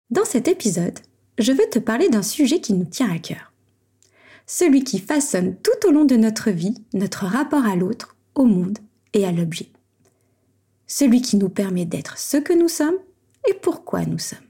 Dans cet épisode, je veux te parler d'un sujet qui nous tient à cœur. Celui qui façonne tout au long de notre vie notre rapport à l'autre, au monde et à l'objet. Celui qui nous permet d'être ce que nous sommes et pourquoi nous sommes.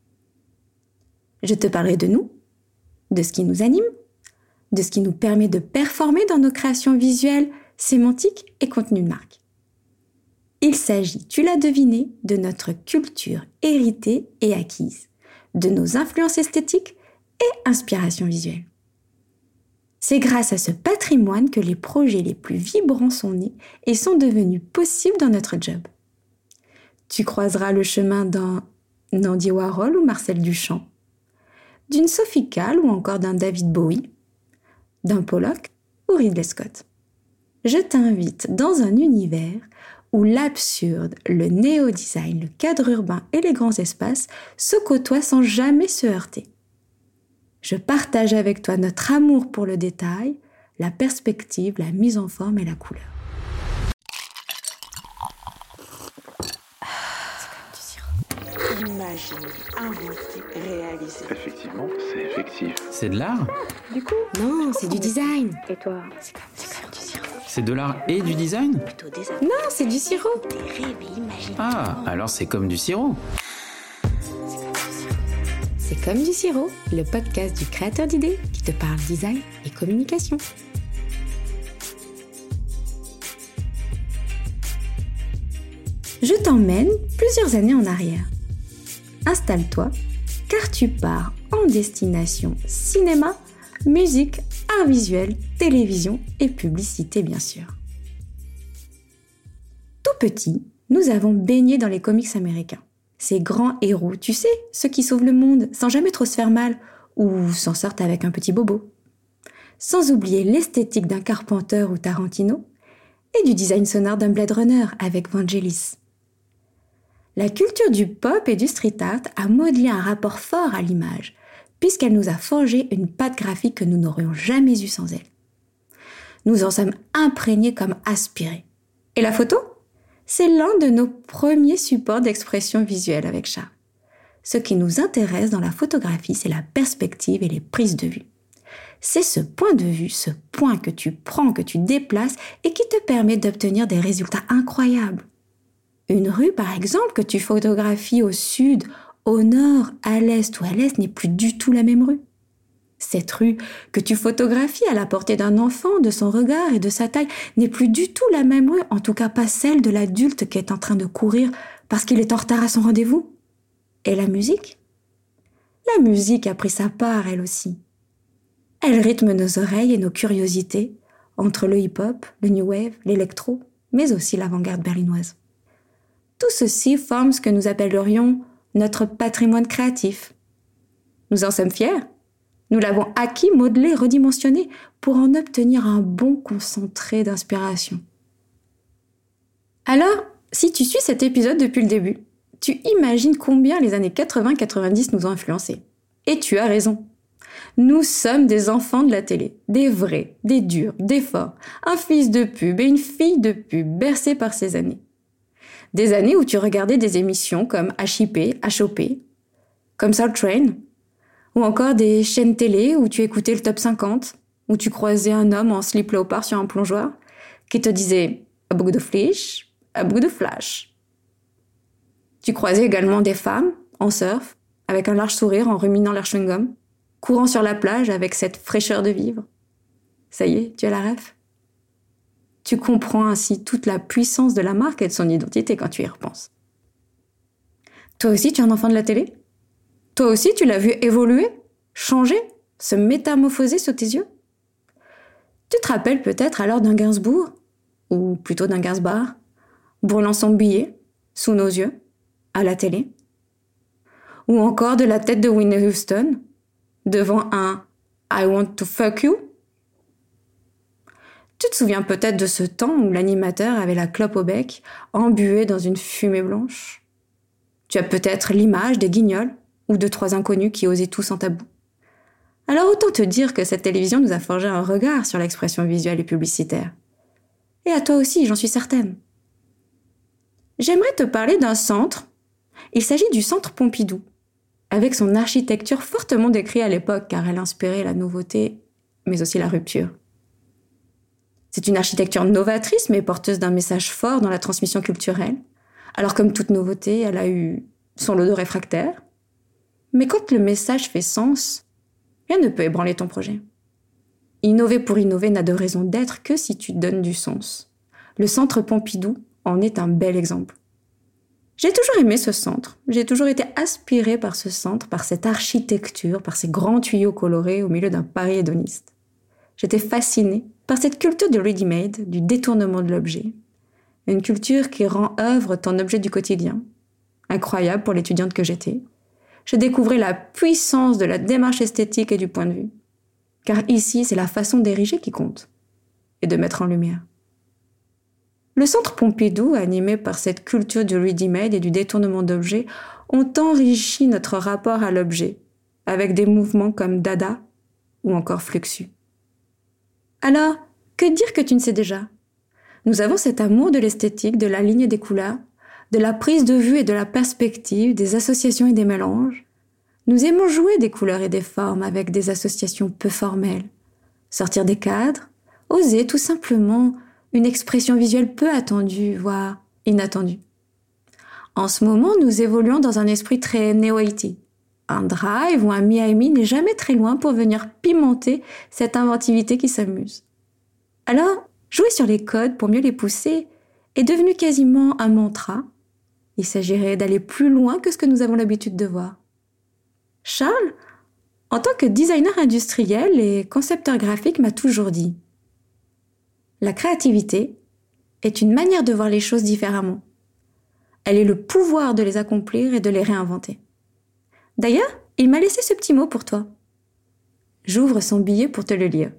Je te parlerai de nous, de ce qui nous anime, de ce qui nous permet de performer dans nos créations visuelles, sémantiques et contenus de marque. Il s'agit, tu l'as deviné, de notre culture héritée et acquise, de nos influences esthétiques et inspirations visuelles. C'est grâce à ce patrimoine que les projets les plus vibrants sont nés et sont devenus possibles dans notre job. Tu croiseras le chemin d'un Andy Warhol ou Marcel Duchamp, d'une Sophie Calle ou encore d'un David Bowie, d'un Pollock ou Ridley Scott. Je t'invite dans un univers où l'absurde, le néo-design, le cadre urbain et les grands espaces se côtoient sans jamais se heurter. Je partage avec toi notre amour pour le détail, la perspective, la mise en forme et la couleur. C'est comme du sirop. Imaginer, inventer, réaliser. Effectivement, c'est effectif. C'est de l'art ? Du coup, non, c'est du design. Et toi? C'est comme du sirop. C'est de l'art et du design ? Plutôt des Non, c'est du sirop. des rêves imaginaires. Ah, alors c'est comme du sirop. C'est comme du sirop, le podcast du créateur d'idées qui te parle design et communication. Je t'emmène plusieurs années en arrière. Installe-toi, car tu pars en destination cinéma, musique, art visuel, télévision et publicité bien sûr. Tout petit, nous avons baigné dans les comics américains. Ces grands héros, tu sais, ceux qui sauvent le monde sans jamais trop se faire mal ou s'en sortent avec un petit bobo. Sans oublier l'esthétique d'un Carpenter ou Tarantino et du design sonore d'un Blade Runner avec Vangelis. La culture du pop et du street art a modelé un rapport fort à l'image, puisqu'elle nous a forgé une patte graphique que nous n'aurions jamais eue sans elle. Nous en sommes imprégnés comme aspirés. Et la photo ? C'est l'un de nos premiers supports d'expression visuelle avec Charles. Ce qui nous intéresse dans la photographie, c'est la perspective et les prises de vue. C'est ce point de vue, ce point que tu prends, que tu déplaces et qui te permet d'obtenir des résultats incroyables. Une rue, par exemple, que tu photographies au sud, au nord, à l'est ou à l'est n'est plus du tout la même rue. Cette rue que tu photographies à la portée d'un enfant, de son regard et de sa taille, n'est plus du tout la même rue, en tout cas pas celle de l'adulte qui est en train de courir parce qu'il est en retard à son rendez-vous. Et la musique ? La musique a pris sa part, elle aussi. Elle rythme nos oreilles et nos curiosités, entre le hip-hop, le new wave, l'électro, mais aussi l'avant-garde berlinoise. Tout ceci forme ce que nous appellerions notre patrimoine créatif. Nous en sommes fiers. Nous l'avons acquis, modelé, redimensionné pour en obtenir un bon concentré d'inspiration. Alors, si tu suis cet épisode depuis le début, tu imagines combien les années 80-90 nous ont influencés. Et tu as raison. Nous sommes des enfants de la télé, des vrais, des durs, des forts, un fils de pub et une fille de pub bercés par ces années. Des années où tu regardais des émissions comme HIP, HOP, comme Soul Train, ou encore des chaînes télé où tu écoutais le top 50, où tu croisais un homme en slip léopard sur un plongeoir, qui te disait « a bout de flash, a bout de flash ». Tu croisais également des femmes en surf, avec un large sourire en ruminant leur chewing-gum, courant sur la plage avec cette fraîcheur de vivre. Ça y est, tu as la ref. Tu comprends ainsi toute la puissance de la marque et de son identité quand tu y repenses. Toi aussi, tu es un enfant de la télé ? Toi aussi, tu l'as vu évoluer, changer, se métamorphoser sous tes yeux ? Tu te rappelles peut-être alors d'un Gainsbourg, ou plutôt d'un Gainsbar, brûlant son billet, sous nos yeux, à la télé ? Ou encore de la tête de Whitney Houston, devant un « I want to fuck you ». Tu te souviens peut-être de ce temps où l'animateur avait la clope au bec, embuée dans une fumée blanche ? Tu as peut-être l'image des Guignols, ou de trois inconnus qui osaient tout sans tabou. Alors autant te dire que cette télévision nous a forgé un regard sur l'expression visuelle et publicitaire. Et à toi aussi, j'en suis certaine. J'aimerais te parler d'un centre. Il s'agit du Centre Pompidou. avec son architecture fortement décrite à l'époque car elle inspirait la nouveauté, mais aussi la rupture. C'est une architecture novatrice mais porteuse d'un message fort dans la transmission culturelle. Alors comme toute nouveauté, elle a eu son lot de réfractaires. Mais quand le message fait sens, rien ne peut ébranler ton projet. Innover pour innover n'a de raison d'être que si tu donnes du sens. Le centre Pompidou en est un bel exemple. J'ai toujours aimé ce centre. J'ai toujours été aspirée par ce centre, par cette architecture, par ces grands tuyaux colorés au milieu d'un Paris hédoniste. J'étais fascinée par cette culture du ready-made, du détournement de l'objet. Une culture qui rend œuvre ton objet du quotidien. Incroyable pour l'étudiante que j'étais. Je découvrais la puissance de la démarche esthétique et du point de vue. Car ici, c'est la façon d'ériger qui compte. Et de mettre en lumière. Le centre Pompidou, animé par cette culture du ready-made et du détournement d'objets, ont enrichi notre rapport à l'objet, avec des mouvements comme Dada ou encore Fluxus. Alors, que dire que tu ne sais déjà ? Nous avons cet amour de l'esthétique, de la ligne et des couleurs, de la prise de vue et de la perspective, des associations et des mélanges. Nous aimons jouer des couleurs et des formes avec des associations peu formelles, sortir des cadres, oser tout simplement une expression visuelle peu attendue, voire inattendue. En ce moment, nous évoluons dans un esprit très néo-80. Un Drive ou un Miami n'est jamais très loin pour venir pimenter cette inventivité qui s'amuse. Alors, jouer sur les codes pour mieux les pousser est devenu quasiment un mantra. Il s'agirait d'aller plus loin que ce que nous avons l'habitude de voir. Charles, en tant que designer industriel et concepteur graphique, m'a toujours dit « La créativité est une manière de voir les choses différemment. Elle est le pouvoir de les accomplir et de les réinventer. » D'ailleurs, il m'a laissé ce petit mot pour toi. J'ouvre son billet pour te le lire.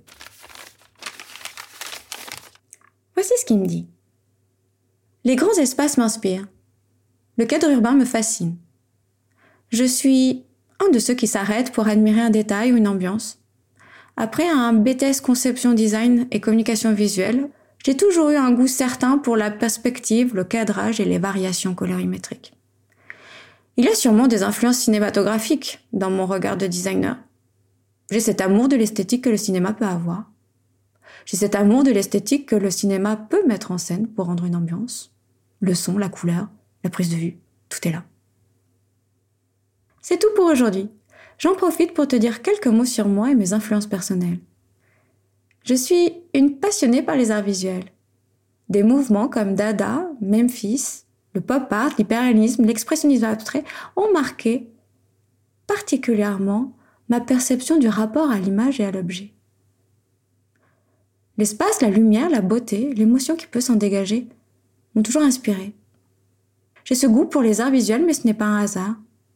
Voici ce qu'il me dit. Les grands espaces m'inspirent. Le cadre urbain me fascine. Je suis un de ceux qui s'arrêtent pour admirer un détail ou une ambiance. Après un BTS conception design et communication visuelle, j'ai toujours eu un goût certain pour la perspective, le cadrage et les variations colorimétriques. Il y a sûrement des influences cinématographiques dans mon regard de designer. J'ai cet amour de l'esthétique que le cinéma peut avoir. J'ai cet amour de l'esthétique que le cinéma peut mettre en scène pour rendre une ambiance. Le son, la couleur, la prise de vue, tout est là. C'est tout pour aujourd'hui. J'en profite pour te dire quelques mots sur moi et mes influences personnelles. Je suis une passionnée par les arts visuels. Des mouvements comme Dada, Memphis, le pop art, l'hyperréalisme, l'expressionnisme abstrait ont marqué particulièrement ma perception du rapport à l'image et à l'objet. L'espace, la lumière, la beauté, l'émotion qui peut s'en dégager m'ont toujours inspirée. J'ai ce goût pour les arts visuels, mais ce n'est pas un hasard.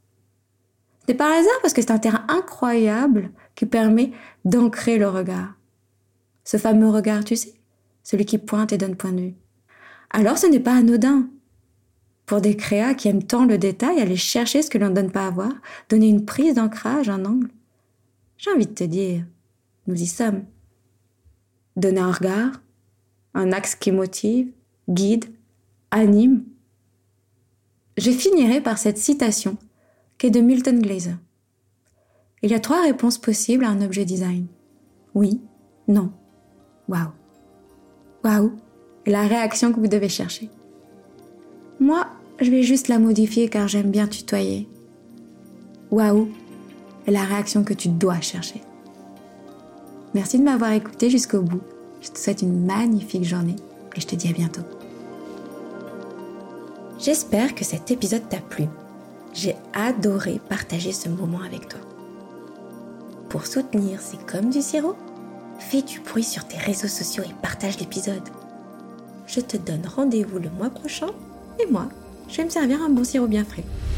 Ce n'est pas un hasard parce que c'est un terrain incroyable qui permet d'ancrer le regard. Ce fameux regard, tu sais, celui qui pointe et donne point de vue. Alors ce n'est pas anodin. Pour des créas qui aiment tant le détail, aller chercher ce que l'on ne donne pas à voir, donner une prise d'ancrage, un angle. J'ai envie de te dire, nous y sommes. Donner un regard, un axe qui motive, guide, anime. Je finirai par cette citation qui est de Milton Glaser. Il y a 3 réponses possibles à un objet design. Oui, non, waouh. Waouh est la réaction que vous devez chercher. Moi, je vais juste la modifier car j'aime bien tutoyer. Waouh est la réaction que tu dois chercher. Merci de m'avoir écouté jusqu'au bout. Je te souhaite une magnifique journée et je te dis à bientôt. J'espère que cet épisode t'a plu. J'ai adoré partager ce moment avec toi. Pour soutenir C'est comme du sirop, fais du bruit sur tes réseaux sociaux et partage l'épisode. Je te donne rendez-vous le mois prochain et moi, je vais me servir un bon sirop bien frais.